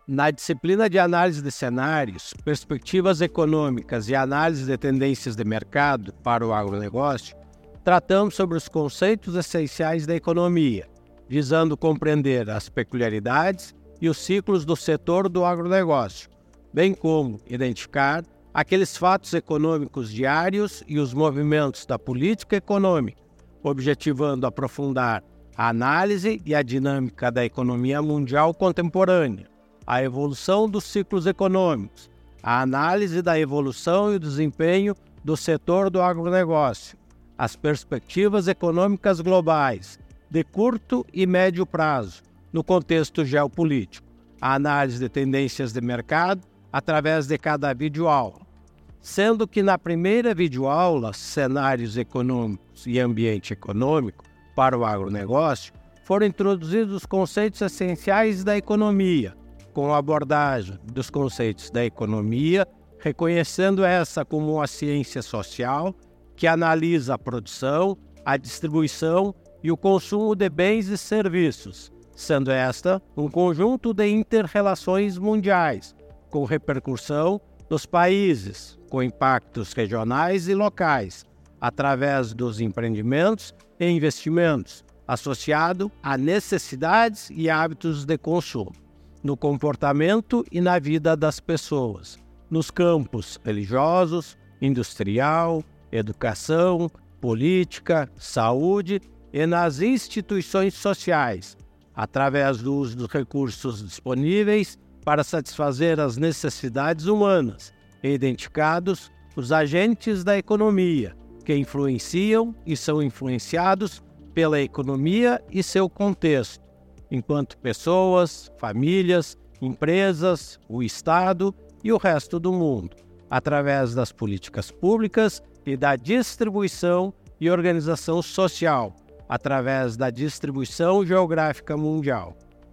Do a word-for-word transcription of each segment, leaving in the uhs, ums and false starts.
Na disciplina de análise de cenários, perspectivas econômicas e análise de tendências de mercado para o agronegócio, tratamos sobre os conceitos essenciais da economia, visando compreender as peculiaridades e os ciclos do setor do agronegócio, bem como identificar aqueles fatos econômicos diários e os movimentos da política econômica, objetivando aprofundar a análise e a dinâmica da economia mundial contemporânea, a evolução dos ciclos econômicos, a análise da evolução e o desempenho do setor do agronegócio, as perspectivas econômicas globais, de curto e médio prazo, no contexto geopolítico, a análise de tendências de mercado através de cada videoaula. Sendo que na primeira videoaula, cenários econômicos e ambiente econômico para o agronegócio, foram introduzidos os conceitos essenciais da economia, com a abordagem dos conceitos da economia, reconhecendo essa como uma ciência social que analisa a produção, a distribuição e o consumo de bens e serviços, sendo esta um conjunto de inter-relações mundiais, com repercussão nos países, com impactos regionais e locais, através dos empreendimentos e investimentos, associado a necessidades e hábitos de consumo, no comportamento e na vida das pessoas, nos campos religiosos, industrial, educação, política, saúde e nas instituições sociais, através do uso dos recursos disponíveis para satisfazer as necessidades humanas, e identificados os agentes da economia, que influenciam e são influenciados pela economia e seu contexto, enquanto pessoas, famílias, empresas, o Estado e o resto do mundo, através das políticas públicas e da distribuição e organização social, através da distribuição geográfica mundial.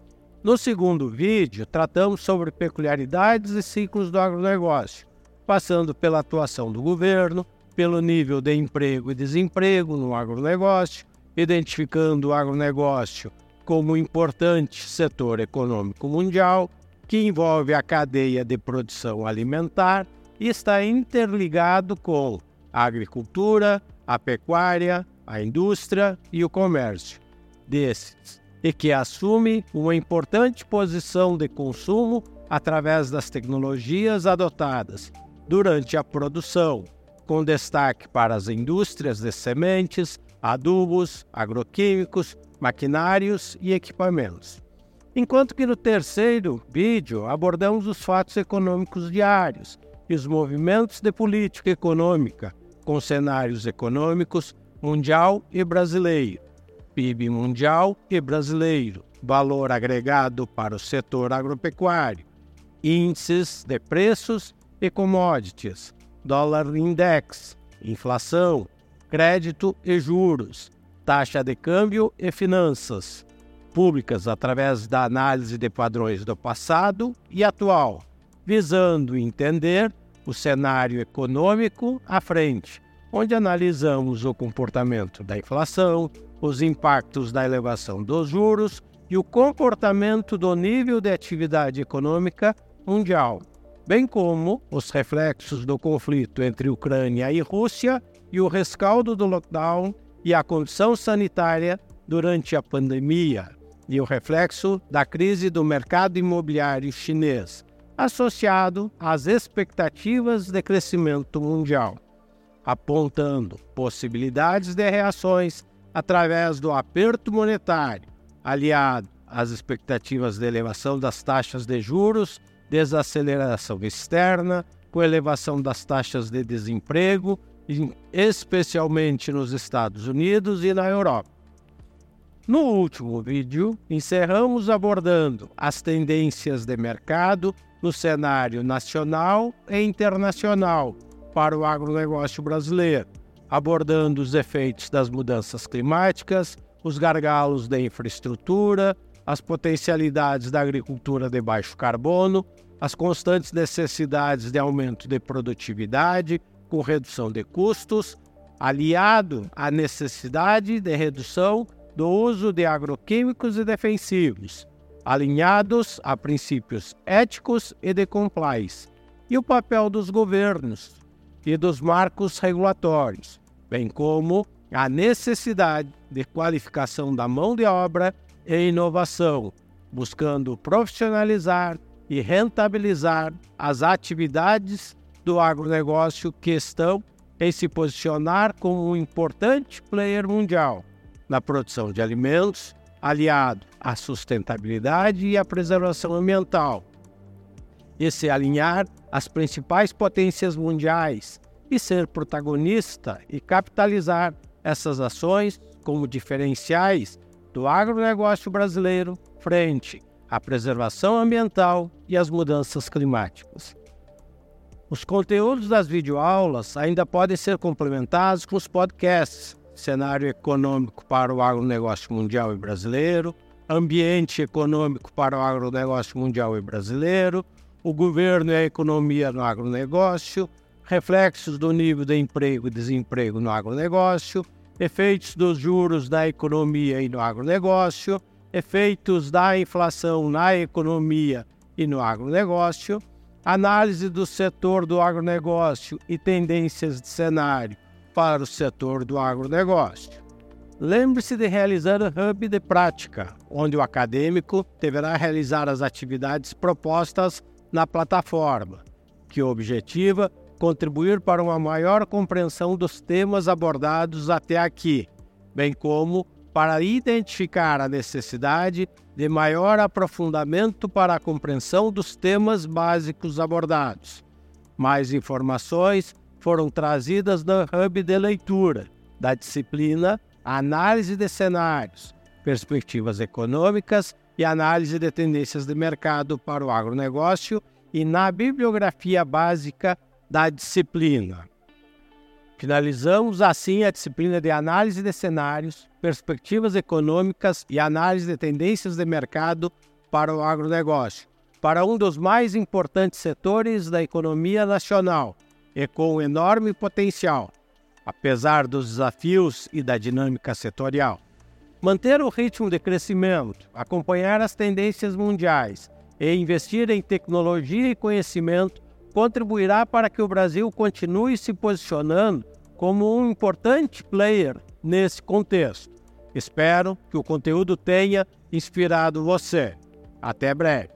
No segundo vídeo, tratamos sobre peculiaridades e ciclos do agronegócio, passando pela atuação do governo, pelo nível de emprego e desemprego no agronegócio, identificando o agronegócio como um importante setor econômico mundial que envolve a cadeia de produção alimentar e está interligado com a agricultura, a pecuária, a indústria e o comércio desses, e que assume uma importante posição de consumo através das tecnologias adotadas durante a produção, com destaque para as indústrias de sementes, adubos, agroquímicos, maquinários e equipamentos. Enquanto que no terceiro vídeo abordamos os fatos econômicos diários e os movimentos de política econômica, com cenários econômicos mundial e brasileiro, P I B mundial e brasileiro, valor agregado para o setor agropecuário, índices de preços e commodities, dólar index, inflação, crédito e juros, taxa de câmbio e finanças públicas através da análise de padrões do passado e atual, visando entender o cenário econômico à frente, onde analisamos o comportamento da inflação, os impactos da elevação dos juros e o comportamento do nível de atividade econômica mundial, bem como os reflexos do conflito entre Ucrânia e Rússia e o rescaldo do lockdown e a condição sanitária durante a pandemia, e o reflexo da crise do mercado imobiliário chinês, associado às expectativas de crescimento mundial, apontando possibilidades de reações através do aperto monetário, aliado às expectativas de elevação das taxas de juros, desaceleração externa, com elevação das taxas de desemprego, especialmente nos Estados Unidos e na Europa. No último vídeo, encerramos abordando as tendências de mercado no cenário nacional e internacional para o agronegócio brasileiro, abordando os efeitos das mudanças climáticas, os gargalos da infraestrutura, as potencialidades da agricultura de baixo carbono, as constantes necessidades de aumento de produtividade com redução de custos, aliado à necessidade de redução do uso de agroquímicos e defensivos, alinhados a princípios éticos e de compliance, e o papel dos governos e dos marcos regulatórios, bem como a necessidade de qualificação da mão de obra e inovação, buscando profissionalizar e rentabilizar as atividades do agronegócio que estão em se posicionar como um importante player mundial na produção de alimentos, aliado à sustentabilidade e à preservação ambiental, e se alinhar às principais potências mundiais e ser protagonista e capitalizar essas ações como diferenciais do agronegócio brasileiro frente à preservação ambiental e às mudanças climáticas. Os conteúdos das videoaulas ainda podem ser complementados com os podcasts: Cenário Econômico para o Agronegócio Mundial e Brasileiro, Ambiente Econômico para o Agronegócio Mundial e Brasileiro, O Governo e a Economia no Agronegócio, Reflexos do Nível de Emprego e Desemprego no Agronegócio, Efeitos dos Juros na Economia e no Agronegócio, Efeitos da Inflação na Economia e no Agronegócio, Análise do setor do agronegócio e tendências de cenário para o setor do agronegócio. Lembre-se de realizar o Hub de Prática, onde o acadêmico deverá realizar as atividades propostas na plataforma, que objetiva contribuir para uma maior compreensão dos temas abordados até aqui, bem como para identificar a necessidade de maior aprofundamento para a compreensão dos temas básicos abordados. Mais informações foram trazidas no Hub de Leitura da disciplina Análise de Cenários, Perspectivas Econômicas e Análise de Tendências de Mercado para o Agronegócio e na bibliografia básica da disciplina. Finalizamos assim a disciplina de Análise de Cenários, Perspectivas Econômicas e Análise de Tendências de Mercado para o Agronegócio, para um dos mais importantes setores da economia nacional e com enorme potencial, apesar dos desafios e da dinâmica setorial. Manter o ritmo de crescimento, acompanhar as tendências mundiais e investir em tecnologia e conhecimento contribuirá para que o Brasil continue se posicionando como um importante player nesse contexto. Espero que o conteúdo tenha inspirado você. Até breve.